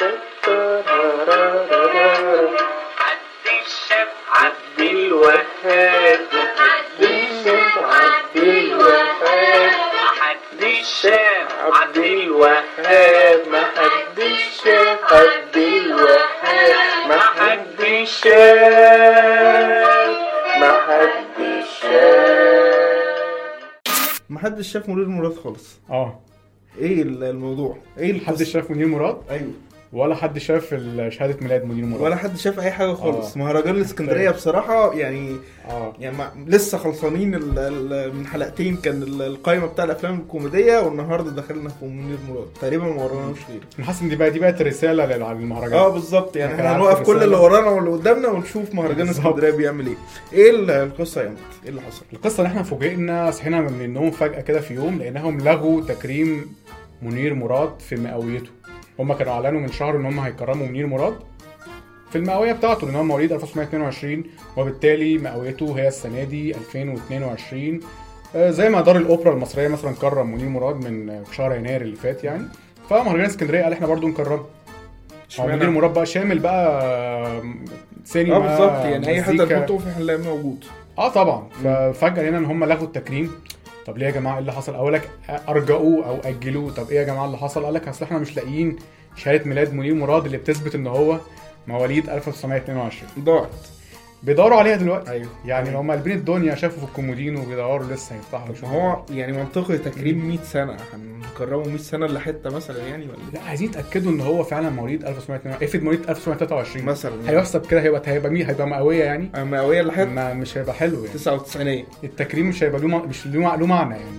الشيف عبد الوهاب، الشيف عبد الوهاب، الشيف عبد الوهاب، الشيف عبد الوهاب، محدش شاف منير مراد خالص. ايه الموضوع؟ ايه محدش شاف منير مراد؟ ايوه. ولا حد شاف شهاده ميلاد منير مراد، ولا حد شاف اي حاجه خالص. مهرجان الاسكندريه بصراحه يعني يعني لسه خلصانين من حلقتين كان القائمه بتاع الافلام الكوميديه، والنهارده دخلنا في منير مراد تقريبا ما وراناش غيره. انا حاسس ان دي بقت رساله للمهرجان. بالظبط، يعني احنا هنوقف كل اللي ورانا واللي قدامنا ونشوف مهرجان الاسكندريه بيعمل ايه القصه يا مت؟ ايه اللي حصل؟ القصه ان احنا فوجئنا صحينا من النوم فجاه كده في يوم لانهم لغوا تكريم منير مراد في مئويته. هم كانوا اعلنوا من شهر ان هم هيكرموا منير مراد في المئويه بتاعته لان هو مواليد 1922 وبالتالي مئويته هي السنه دي 2022. زي ما دار الاوبرا المصريه مثلا كرم منير مراد من شهر يناير اللي فات يعني. فمهرجان اسكندريه قال احنا برضو نكرمه. منير مراد بقى شامل بقى سينما بالظبط، يعني اي حد هتحطه في هنلاقيه موجود. طبعا. ففجاه لقينا ان هم لغوا التكريم. طب ليه يا جماعه؟ ايه اللي حصل؟ اقولك ارجعوه او اجلوه. طب ايه يا جماعه اللي حصل؟ قالك اصل احنا مش لاقيين شهاده ميلاد منير مراد اللي بتثبت ان هو مواليد 1922. ضاعت. بيدوروا عليها دلوقتي. ايوه. يعني هم قلبين الدنيا، شافوا في الكومودين وبيدوروا لسه هيفتحوا. هو يعني منطقي تكريم 100 سنه، هنكرمه 100 سنه لحته مثلا يعني ولا لا عايزين يتاكدوا ان هو فعلا مواليد 1922. افرض مواليد 1923 مثلا هيحسب كده هيبقى مئويه يعني. مئويه لحته مش هيبقى حلو يعني. 99 التكريم مش هيبقى له معنى يعني.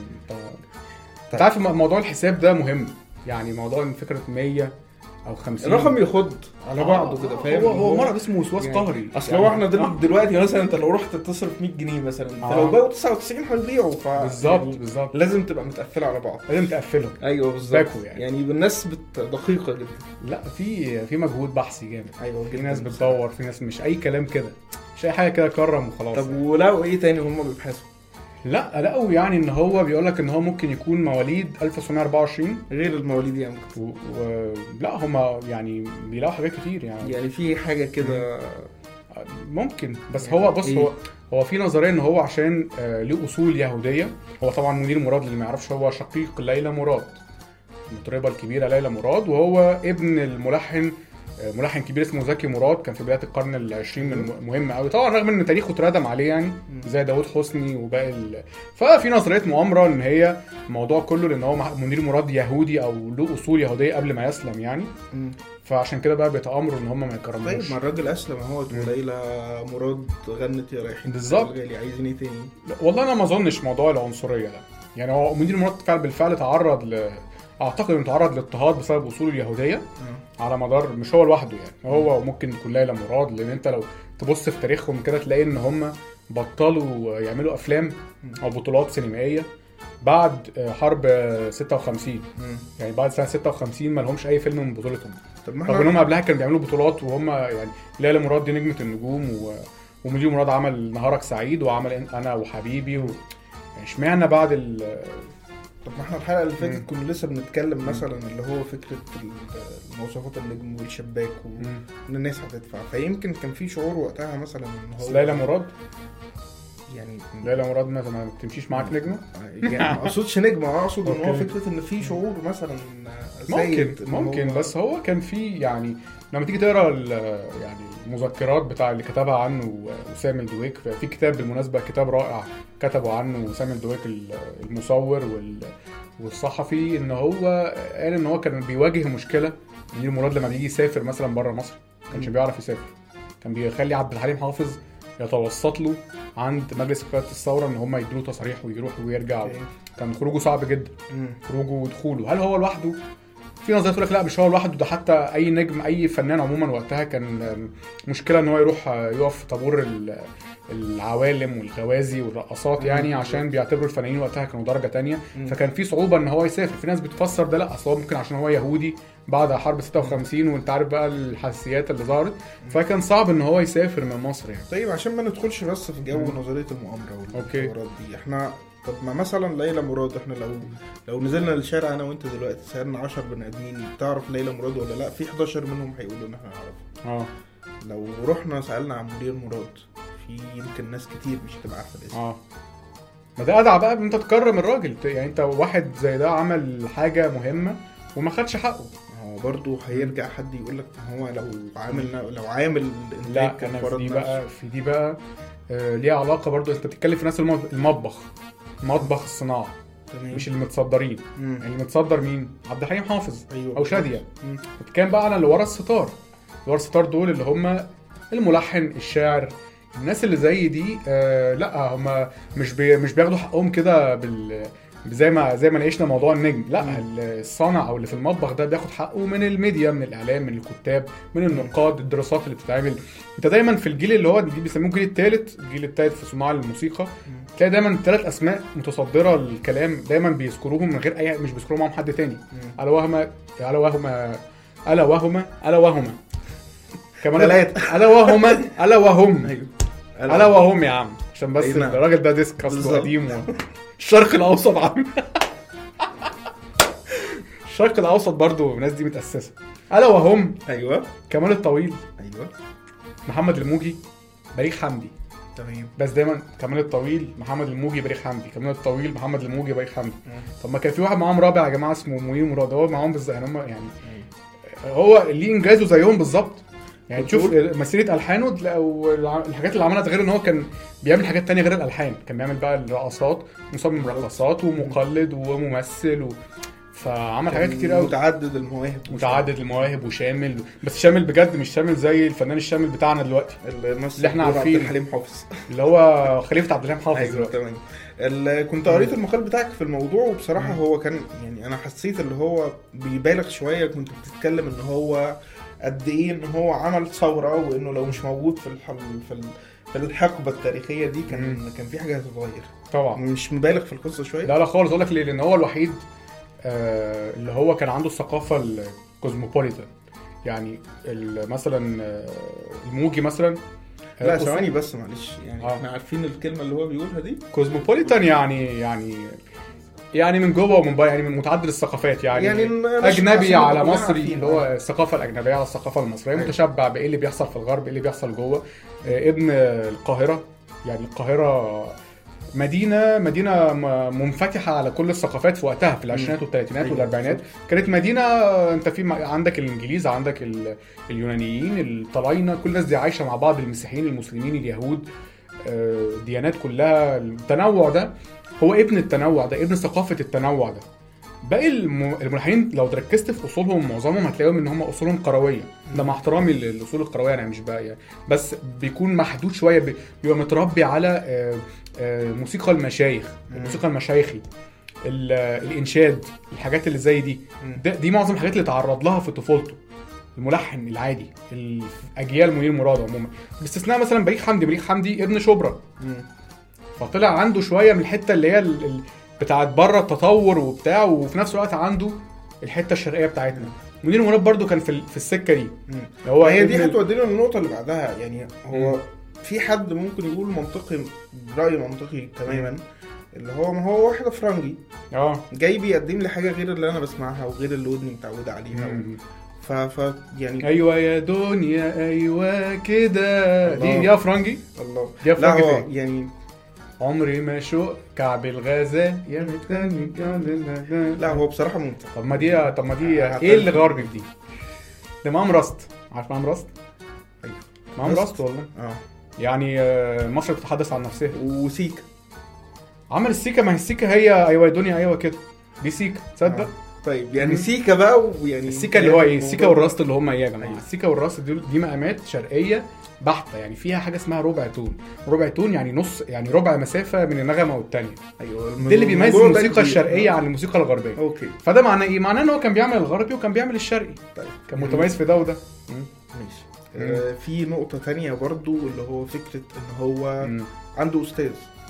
انت عارف موضوع الحساب ده مهم يعني. موضوع فكره 100 او 50 الرقم يخض على بعضه كده، فاهم؟ هو مرض اسمه وسواس قهري. اصل يعني هو احنا دلوقتي مثلا انت لو رحت تصرف 100 جنيه مثلا فلو بقوا 99 هيضيعوا. بالظبط لازم تبقى متقفله على بعض. لازم تقفلهم. ايوه بالظبط. يعني بالناس دقيقه جدا. لا في مجهود بحثي جامد. ايوه في ناس بتدور، في ناس مش اي كلام كده، مش اي حاجه كده كرم وخلاص. طب ولو ايه تاني هم بيبحثوا؟ لا لقوا يعني ان هو بيقولك ان هو ممكن يكون مواليد 1924 غير المواليد يعني. لا هم يعني بيلاقوا حاجات كتير يعني في حاجه كده ممكن. بس يعني هو بص إيه؟ هو في نظريه ان هو عشان له اصول يهوديه. هو طبعا منير مراد اللي ما يعرفش هو شقيق ليلى مراد، المطربه الكبيره ليلى مراد، وهو ابن الملحن ملحن كبير اسمه زكي مراد، كان في بدايه القرن العشرين مهم قوي طبعا رغم ان تاريخه اتردم عليه يعني زي داود حسني وباقي ففي نظريه مؤامره ان هي الموضوع كله لان هو منير مراد يهودي او له اصول يهوديه قبل ما يسلم يعني. فعشان كده بقى بيتامروا ان هم ما يكرموش. طيب ما الراجل اسلم اهو وليلى مراد غنت يا رايحين بالظبط. عايزين ايه تاني؟ والله انا ما اظنش موضوع العنصريه ده يعني. هو منير مراد بالفعل تعرض اعتقد انه تعرض لاضطهاد بسبب اصوله اليهوديه على مدار مش هو لوحده يعني. هو ممكن يكون ليلى مراد، لان انت لو تبص في تاريخهم كده تلاقي ان هم بطلوا يعملوا افلام او بطولات سينمائيه بعد حرب 56 يعني. بعد سنه 56 ما لهمش اي فيلم من بطولتهم. رغم ان هم قبلها كانوا بيعملوا بطولات وهم يعني. ليلى مراد دي نجمه النجوم ومنير مراد عمل نهارك سعيد وعمل انا وحبيبي يعني اشمعنى بعد طب ما احنا الحلقه اللي فاتت كنا لسه بنتكلم مثلا اللي هو فكره المواصفات النجم والشباك وان الناس هتدفع، فيمكن كان في شعور وقتها مثلا ان هو ليلى مراد يعني ليلى مراد مثلا ما بتمشيش معاك نجمه يعني ما اقصدش نجمه، اقصد ان هو فكره ان في شعور مثلا ممكن بس هو كان في يعني لما تيجي تقرا يعني المذكرات بتاع اللي كتبها عنه وسام الدويك في كتاب بالمناسبه كتاب رائع كتبوا عنه وسام الدويك المصور والصحفي ان هو قال ان هو كان بيواجه مشكله منير مراد لما بيجي يسافر مثلا بره مصر ما كانش بيعرف يسافر. كان بيخلي عبد الحليم حافظ يتوسط له عند مجلس قيادة الثورة ان هم يدلوا تصاريح ويروح ويرجع. كان خروجه صعب جدا خروجه ودخوله. هل هو لوحده؟ في نظريه تقول لك لا مش هو لوحده، ده حتى اي نجم اي فنان عموما وقتها كان مشكله ان هو يروح يقف في طابور العوالم والغوازي والرقصات يعني عشان بيعتبروا الفنانين وقتها كانوا درجه تانية. فكان في صعوبه ان هو يسافر. في ناس بتفسر ده لا اصل هو ممكن عشان هو يهودي بعد حرب 56 وانت عارف بقى الحساسيات اللي ظهرت فكان صعب ان هو يسافر من مصر يعني. طيب عشان ما ندخلش بس في جو نظريه المؤامره والحوارات دي، احنا طب ما مثلا ليلى مراد، احنا لو نزلنا الشارع انا وانت دلوقتي سألنا 10 بني ادمين تعرف ليلى مراد ولا لا، في 11 منهم هيقولوا ان احنا نعرفها. لو رحنا سألنا عن منير مراد في يمكن ناس كتير مش هتبقى عارفه الاسم. ما ده ادعى بقى ان انت تكرم الراجل، يعني انت واحد زي ده عمل حاجه مهمه وما خدش حقه. برضه هيرجع حد يقول لك هو لو عامل لا انا في دي بقى ليها علاقه برضه. انت بتتكلم في ناس المطبخ الصناعه، مش اللي متصدرين. اللي متصدر مين؟ عبد الحليم حافظ. أيوة. او شاديه. كان بقى انا اللي ورا الستار دول اللي هم الملحن، الشاعر، الناس اللي زي دي. لا هم مش بياخدوا حقهم كده زي ما ناقشنا موضوع النجم. لا الصانع او اللي في المطبخ ده بياخد حقه من الميديا، من الاعلام، من الكتاب، من النقاد، الدراسات اللي بتتعمل. انت دايما في الجيل اللي هو بيسموه الجيل الثالث في صناع الموسيقى، تلاقي دايما 3 اسماء متصدره الكلام، دايما بيذكروهم من غير مش بيذكروا معاهم حد تاني. الا وهما كمان الا وهم يا عم، عشان بس الراجل ده ديسك اصله قديم الشرق الاوسط عم الشرق الاوسط برضو الناس دي متاسسه. الا وهم ايوه كمال الطويل، ايوه محمد الموجي، بليغ حمدي. تمام. بس دايما كمال الطويل، محمد الموجي، بليغ حمدي، كمال الطويل، محمد الموجي، بليغ حمدي. طب ما كان في واحد معاهم رابع يا جماعه اسمه منير مراد، هو معاهم بالظبط يعني. هم يعني هو اللي انجازه زيهم بالظبط يعني. تشوف مسيره الحانه والحاجات اللي عملها، غير ان هو كان بيعمل حاجات تانية غير الالحان. كان بيعمل بقى الرقصات، مصمم رقصات ومقلد وممثل فعمل حاجات كتير قوي. متعدد المواهب وشامل، بس شامل بجد، مش شامل زي الفنان الشامل بتاعنا دلوقتي اللي احنا عارفين، عبد الحليم حافظ اللي هو خليفه عبد الحليم حافظ. أيوة تمام. كنت قريت المقال بتاعك في الموضوع، وبصراحه هو كان يعني انا حسيت اللي هو بيبالغ شويه. كنت بتتكلم ان هو قد ايه ان هو عمل ثوره، وانه لو مش موجود في الحقبه التاريخيه دي كان في حاجه هتتغير. طبعا مش مبالغ في القصه شويه. لا خالص. اقول لك ليه، لان هو الوحيد اللي هو كان عنده الثقافه الكوزموبوليتان. يعني مثلا الموجي مثلا. لا ثواني بس معلش يعني احنا عارفين الكلمه اللي هو بيقولها دي. كوزموبوليتان يعني من جوه ومن بره، يعني من متعدد الثقافات، يعني اجنبي على مصري، اللي هو الثقافه الاجنبيه على الثقافه المصريه، متشبع بايه اللي بيحصل في الغرب، ايه اللي بيحصل جوه. ابن القاهره، يعني القاهره مدينه منفتحه على كل الثقافات في وقتها، في العشرينات والثلاثينات والاربعينات. كانت مدينه انت في عندك الانجليز، عندك اليونانيين، الطلاينه، كل الناس دي عايشه مع بعض، المسيحيين، المسلمين، اليهود، الديانات كلها. التنوع ده هو ابن التنوع ده، ابن ثقافه التنوع ده. باقي الملحنين لو ركزت في اصولهم معظمهم هتلاقيهم ان هم اصولهم قرويه. ده مع احترامي للاصول القرويه انا مش بقى يعني، بس بيكون محدود شويه، بيبقى متربي على موسيقى المشايخ، الموسيقى المشايخي، الانشاد، الحاجات اللي زي دي معظم الحاجات اللي تعرض لها في طفولته الملحن العادي، الاجيال منير مراد عموما، باستثناء مثلا بليغ حمدي ابن شبرا. فطلع عنده شويه من الحته اللي هي بتاعت بره التطور وبتاع، وفي نفس الوقت عنده الحته الشرقيه بتاعتنا. منير مراد برضو كان في السكه دي. هي دي هتودينا للنقطه اللي بعدها. يعني هو في حد ممكن يقول منطقي، براي منطقي تماما، اللي هو ما هو واحد فرنجي جاي بيقدم لي حاجه غير اللي انا بسمعها وغير اللي ودني متعوده عليها. يعني ايوه يا دنيا ايوه كده، دي يا فرنجي. الله يا فرنجي. لا يعني عمري ما شو كعب الغزال يا متاني. لا هو بصراحه ممتع. طب ما دي ايه اللي غربي في دي؟ ده معاهم راست. عارف معاهم راست؟ ايوه معاهم راست والله. يعني مصر بتتحدث عن نفسها. وسيكا عمل السيكا. ما هي السيكا هي ايوه يا دنيا ايوه كده، دي سيكا تصدق. طيب يعني سيكا بقى، ويعني السيكا اللي هو ايه؟ السيكا والراست اللي هم ايه يا جماعه؟ السيكا والراست دي مقامات شرقيه بحته، يعني فيها حاجه اسمها ربع تون يعني نص، يعني ربع مسافه من النغمه والثانيه. ايوه ده اللي بيميز الموسيقى الشرقيه عن الموسيقى الغربيه. اوكي. فده معناه ايه؟ معناه ان هو كان بيعمل الغربي وكان بيعمل الشرقي. طيب كان متميز في ده وده. ماشي. في نقطه تانية برضو اللي هو فكره ان هو عنده استاذ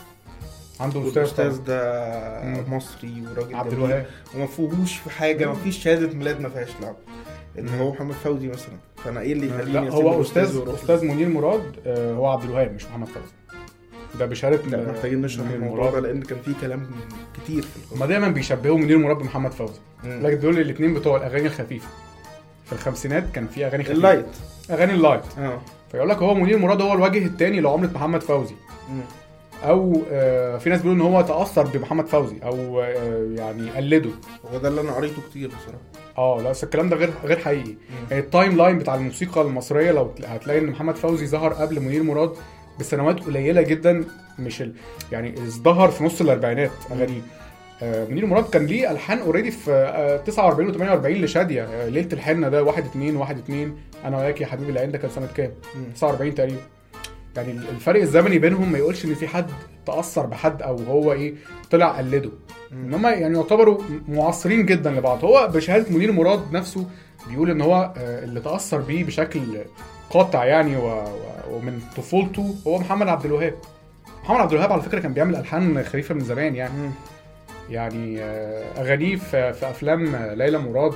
ده مصري وراجل عبد الوهاب، وما فيهوش في حاجه، ما فيش شهاده ميلاد ما فيهاش لعب، ان هو محمد فوزي مثلا. فانا ايه اللي يخليني هو استاذ منير مراد هو عبد الوهاب مش محمد فوزي. ده بشهاده. محتاجين نشرح الموضوع ده لان كان فيه كلام كتير في القصه. ما دايما بيشبهوا منير مراد بمحمد فوزي، لكن دول الاثنين بتوع الاغاني الخفيفه. في الخمسينات كان في اغاني خفيفه، اللايت، اغاني اللايت. فيقول لك هو منير مراد هو الوجه الثاني لعمله محمد فوزي. او في ناس بيقولوا ان هو تاثر بمحمد فوزي او يعني قلده. هو ده اللي انا قريته كتير بصراحه. لا بس الكلام ده غير حقيقي. يعني التايم لاين بتاع الموسيقى المصريه لو هتلاقي ان محمد فوزي ظهر قبل منير مراد بسنوات قليله جدا، مش يعني ازدهر في نص الاربعينات اغانيه. منير مراد كان ليه الحان اوريدي في 49 و48 لشاديه. ليله الحنه ده 1-2 انا وياك يا حبيبي العين، ده كان سنه كام؟ 49 تقريبا. يعني الفرق الزمني بينهم ما يقولش ان في حد تاثر بحد او هو ايه طلع قلده، انما يعني يعتبروا معاصرين جدا لبعض. هو بشهاده منير مراد نفسه بيقول ان هو اللي تاثر بيه بشكل قاطع يعني ومن طفولته هو محمد عبد الوهاب. محمد عبد الوهاب على فكره كان بيعمل الحان خفيفه من زمان يعني اغانيه في افلام ليلى مراد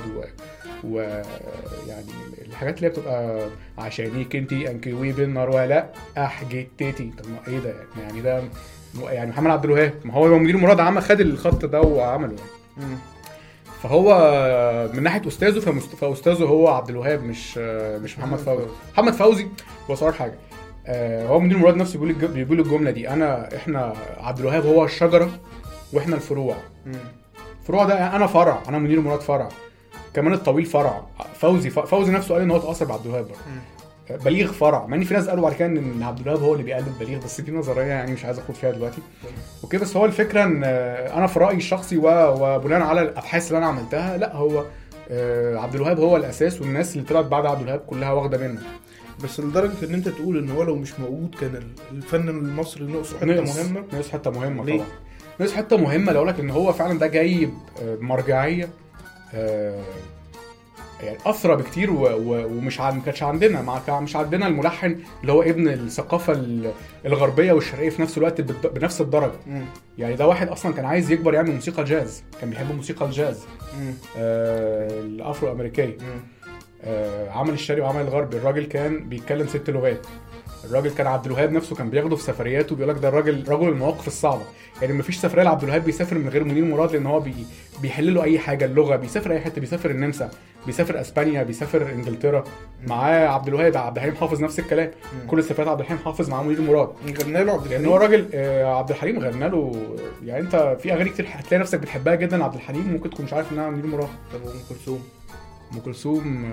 ويعني الحاجات اللي هي بتبقى عشانيك انتي انكوي بالنار ولا احجتتي. طب ما ايه ده يعني ده يعني محمد عبد الوهاب، ما هو منير مراد عمل خد الخط ده وعمله يعني. فهو من ناحيه استاذه فاستاذه هو عبد الوهاب مش محمد فوزي. محمد فوزي هو صار حاجه هو منير مراد نفسه بيقول الجمله دي، احنا عبد الوهاب هو الشجره واحنا الفروع. الفروع ده انا فرع، انا منير مراد فرع، كمان الطويل فرع، فوزي نفسه قال ان هو اتاثر بعبد الوهاب. بليغ فرع، مع ان في ناس قالوا بعد كده ان عبد الوهاب هو اللي بيقلد بليغ، بس دي نظريه يعني مش عايز اخوض فيها دلوقتي. اوكي بس هو الفكره ان انا في رايي الشخصي وبناء على الابحاث اللي انا عملتها، لا هو عبد الوهاب هو الاساس، والناس اللي طلعت بعد عبد الوهاب كلها واخده منه. بس لدرجه ان انت تقول ان هو لو مش موجود كان الفن المصري ناقص حته مهمه. ناقص حته مهمه طبعا، ناقص حته مهمه. لو لك ان هو فعلا ده جايب مرجعيه يعني أثرى بكتير ومش ما كانش عندنا، مش عندنا الملحن اللي هو ابن الثقافة الغربية والشرقية في نفس الوقت بنفس الدرجة. يعني ده واحد أصلا كان عايز يكبر يعمل موسيقى جاز، كان بيحب موسيقى الجاز الأفرو أمريكية. عمل الشرقي وعمل الغربي. الراجل كان بيتكلم 6 لغات. الراجل كان عبد الوهاب نفسه كان بياخده في سفرياته، بيقول لك ده الراجل رجل المواقف الصعبه. يعني مفيش سفريه لعبد الوهاب بيسافر من غير منير مراد، لان هو بيحل له اي حاجه، اللغه، بيسافر اي حته، بيسافر النمسا، بيسافر اسبانيا، بيسافر انجلترا معاه عبد الوهاب. عبد الحليم حافظ نفس الكلام، كل السفرات عبد الحليم حافظ معاه منير مراد. غنى له عبد الحليم، لان هو راجل عبد الحليم غنى له. يعني انت في اغاني كتير هتلاقي نفسك بتحبها جدا عبد الحليم، ممكن تكون مش عارف انها منير مراد. طب ام كلثوم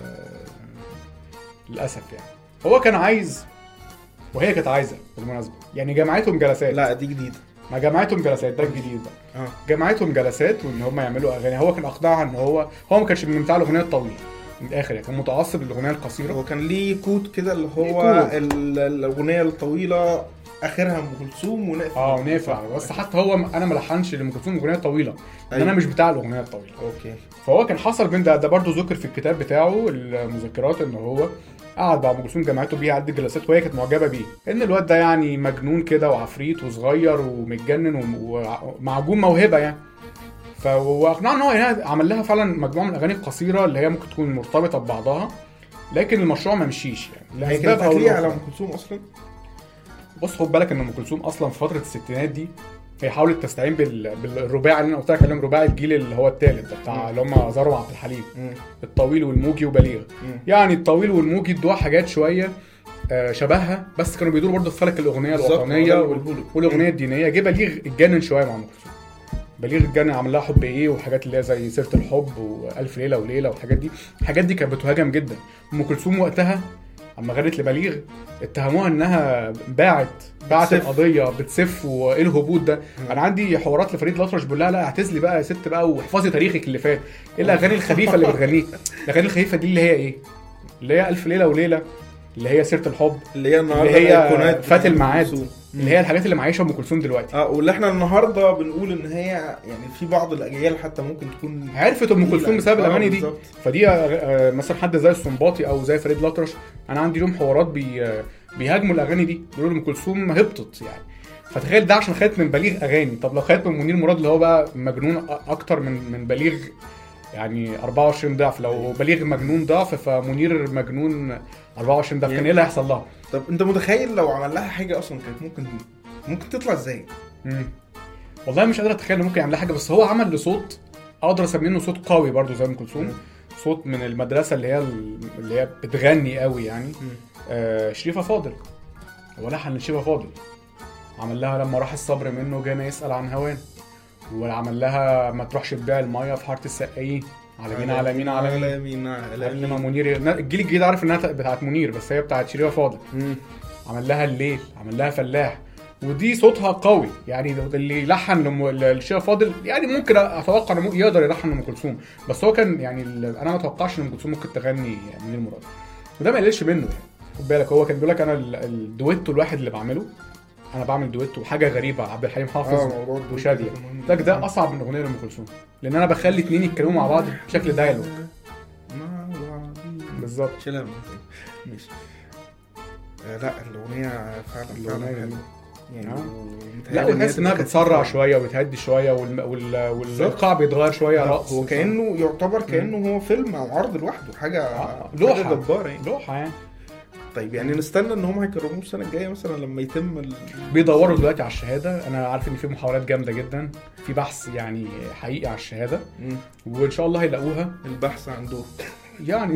للاسف يعني هو كان عايز وهي كانت عايزه بالمناسبه، يعني جمعتهم جلسات. لا دي جديده، ما جمعتهم جلسات، ده الجديد بقى. جمعتهم جلسات وان هم يعملوا اغاني. هو كان اقنعها ان هو ما كانش من بتاع الاغنيه الطويله من الاخر، يعني كان متعصب للاغنيه القصيره. هو كان ليه كود كده اللي هو الاغنيه الطويله اخرها ام كلثوم ونافع. بس حتى هو انا ما لحنش لام كلثوم اغنيه طويله، لان انا مش بتاع الاغنيه الطويله. اوكي. فهو كان حصل بين ده برضو ذكر في الكتاب بتاعه المذكرات، ان هو قعد مع ام كلثوم جمعته بيه عدة جلسات، وهي كانت معجبه بيه، ان الواد ده يعني مجنون كده وعفريت وصغير ومتجنن ومعجون موهبه يعني. فاقنعه ان هو يعني عمل لها فعلا مجموعه من الاغاني القصيره اللي هي ممكن تكون مرتبطه ببعضها، لكن المشروع ما مشيش يعني. هي كانت تكليه على ام كلثوم اصلا. بص خد بالك ان ام كلثوم اصلا في فتره الستينات دي هي حاولت تستعين بالرباعي اللي انا قلت لك عليهم، رباعي الجيل اللي هو الثالث ده بتاع اللي هم ظهروا عبد الحليم، الطويل والموجي وبليغ. يعني الطويل والموجي ادوا حاجات شويه شبهها، بس كانوا بيدوروا برضه في فلك الاغنيه الوطنيه والاغنيه الدينيه. جه بليغ اتجنن شويه مع ام كلثوم. بليغ اتجنن، عمل لها حب ايه وحاجات اللي هي زي سيره الحب والف ليله وليله والحاجات دي. الحاجات دي كانت بتهاجم جدا. ام كلثوم وقتها اما غنت لبليغ اتهموها انها باعت القضيه بتسف وايه الهبوط ده. انا عندي حوارات لفريد الأطرش بقول لها لا اعتزلي بقى يا ست بقى واحفظي تاريخك اللي فات. ايه الاغاني الخفيفه اللي بتغنيها؟ الاغاني الخفيفه دي اللي هي ايه؟ اللي هي الف ليله وليله، اللي هي سيره الحب، اللي هي فات الميعاد، اللي هي الحاجات اللي معيشه ام كلثوم دلوقتي. واللي احنا النهارده بنقول ان هي يعني في بعض الاجيال حتى ممكن تكون عرفت ام كلثوم بسبب الاغاني دي. فدي مثلا حد زي السنباطي او زي فريد الأطرش، انا عندي لهم حوارات بيهاجموا الاغاني دي، بيقولوا ام كلثوم هبطت يعني. فتخيل ده عشان خدت من بليغ اغاني. طب لو خدت من منير مراد اللي هو بقى مجنون اكتر من بليغ يعني 24 ضعف، لو بليغ مجنون ضعف فمنير مجنون 24 ضعف، كان ايه اللي هيحصل لها؟ طب انت متخيل لو عمل لها حاجه اصلا كانت ممكن ممكن تطلع ازاي؟ والله مش قادر اتخيل ممكن يعمل حاجه، بس هو عمل له صوت اقدر اسميه انه صوت قوي برضو زي ام كلثوم، صوت من المدرسه اللي هي بتغني قوي يعني. شريفه فاضل، هو لحن لشريفه فاضل، عمل لها لما راح الصبر منه جانا يسال عن هوان، وعمل لها ما تروحش تبيع الميه في حاره السقايين، على مين على مين على مين قبل ما منير. الجيل الجديد عارف انها بتاعت منير، بس هي بتاعت شريفه فاضل. عمل لها الليل، عمل لها فلاح، ودي صوتها قوي يعني. اللي يلحن لشريفه فاضل يعني ممكن اتوقع انه يقدر يلحن ام كلثوم، بس هو كان يعني انا ما اتوقعش ان ام كلثوم ممكن تغني منير مراد، وده ما يقللش منه يعني. خد بالك هو كان بيقول لك انا الدويتو الواحد اللي بعمله، انا بعمل دويتو حاجه غريبه، عبد الحليم حافظ وشاديه، ده اصعب من اغنيه لام كلثوم، لان انا بخلي اتنين يتكلموا مع بعض بشكل دايلوج بالظبط. سلام ماشي. لا الاغنيه فعلا حلوه يعني. لا وتحس انها بتسرع شويه وبتهدي شويه والقاع بيتغير شويه رقص. هو كانه يعتبر كانه هو فيلم او عرض لوحده، حاجه لوحه جباره يعني. لوحه يعني. طيب يعني نستنى ان هم هيكرموه السنه الجايه مثلا لما يتم بيدوروا دلوقتي على الشهاده. انا عارف ان في محاولات جامده جدا، في بحث يعني حقيقي على الشهاده وان شاء الله هيلاقوها. البحث عندهم يعني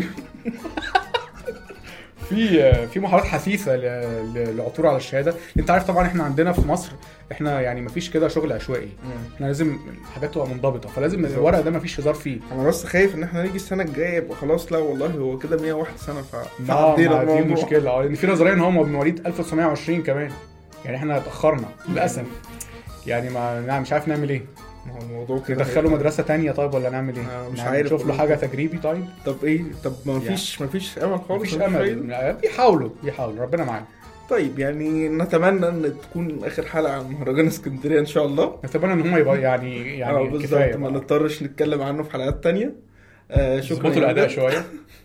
في محاولات حثيثه للعثور على الشهاده. انت عارف طبعا احنا عندنا في مصر احنا يعني مفيش كده شغل عشوائي، احنا لازم الحاجات تبقى منضبطه، فلازم الورق ده مفيش هزار فيه. انا بس خايف ان احنا نيجي السنه الجايه يبقى خلاص لا والله هو كده 101 سنه فعدينا دي مشكله. لان في نظريه ان هم من مواليد 1920 كمان، يعني احنا اتاخرنا للاسف يعني. ما مش عارف نعمل ايه. هو الموضوع كده ندخله مدرسه تانية طيب ولا نعمل ايه؟ مش عارف نشوف له حاجه تجريبي. طيب ايه؟ طب ما فيش امل خالص. مفيش امل، بيحاولوا ربنا معانا. طيب يعني نتمنى ان تكون اخر حلقه عن مهرجان اسكندريه ان شاء الله. نتمنى ان هم يبقى يعني كفايه ما نضطرش نتكلم عنه في حلقات تانية. شكرا الاداء شويه.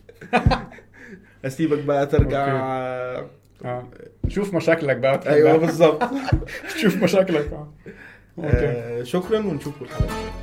اسيبك بقى ترجع شوف مشاكلك بقى. ايوه بالظبط. شوف مشاكلك. شكرا ونشوفكم الحلقه.